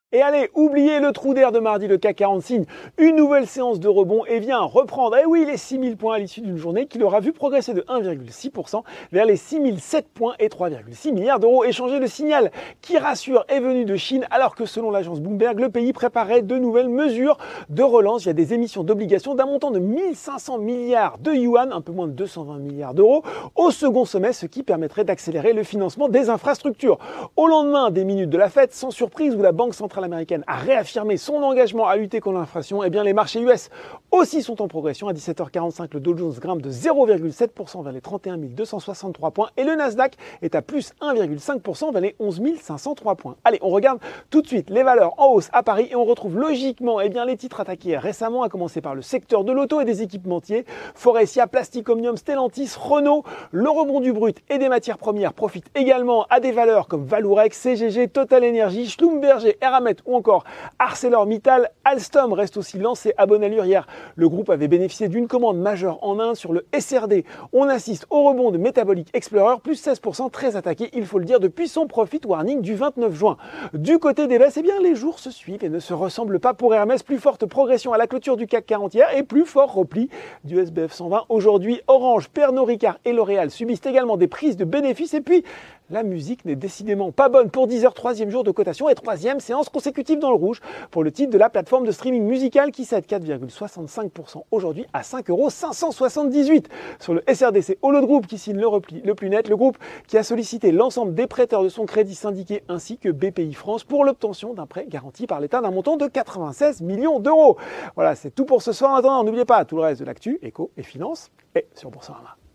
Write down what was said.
Et allez, oubliez le trou d'air de mardi, le CAC 40 signe une nouvelle séance de rebond et vient reprendre, les 6000 points à l'issue d'une journée qui l'aura vu progresser de 1,6% vers les 6007 points et 3,6 milliards d'euros. Échangé, le signal qui rassure est venu de Chine alors que selon l'agence Bloomberg, le pays préparait de nouvelles mesures de relance via des émissions d'obligations d'un montant de 1500 milliards de yuan, un peu moins de 220 milliards d'euros, au second semestre, ce qui permettrait d'accélérer le financement des infrastructures. Au lendemain des minutes de la fête, sans surprise, où la Banque centrale américaine a réaffirmé son engagement à lutter contre l'inflation, les marchés US aussi sont en progression. À 17h45, le Dow Jones grimpe de 0,7% vers les 31 263 points et le Nasdaq est à plus 1,5% vers les 11 503 points. Allez, on regarde tout de suite les valeurs en hausse à Paris et on retrouve logiquement les titres attaqués récemment, à commencer par le secteur de l'auto et des équipementiers. Forestia, Plastic Omnium, Stellantis, Renault. Le rebond du brut et des matières premières profite également à des valeurs comme Vallourec, CGG, Total Energy, Schlumberger, Eramet ou encore ArcelorMittal. Alstom reste aussi lancé à bonne allure. Hier, le groupe avait bénéficié d'une commande majeure en Inde sur le SRD. On assiste au rebond de Metabolic Explorer, plus 16%, très attaqué, il faut le dire, depuis son profit warning du 29 juin. Du côté des baisses, les jours se suivent et ne se ressemblent pas pour Hermès. Plus forte progression à la clôture du CAC 40 hier et plus fort repli du SBF 120 aujourd'hui. Orange, Pernod Ricard et L'Oréal subissent également des prises de bénéfices. Et puis, la musique n'est décidément pas bonne pour Deezer, troisième jour de cotation et troisième séance consécutive dans le rouge pour le titre de la plateforme de streaming musical qui cède 4,65% aujourd'hui à 5,578 €. Sur le SRDC, Holo Group qui signe le repli le plus net, le groupe qui a sollicité l'ensemble des prêteurs de son crédit syndiqué ainsi que BPI France pour l'obtention d'un prêt garanti par l'État d'un montant de 96 millions d'euros. Voilà, c'est tout pour ce soir. En attendant, n'oubliez pas tout le reste de l'actu, éco et finance et sur Boursorama.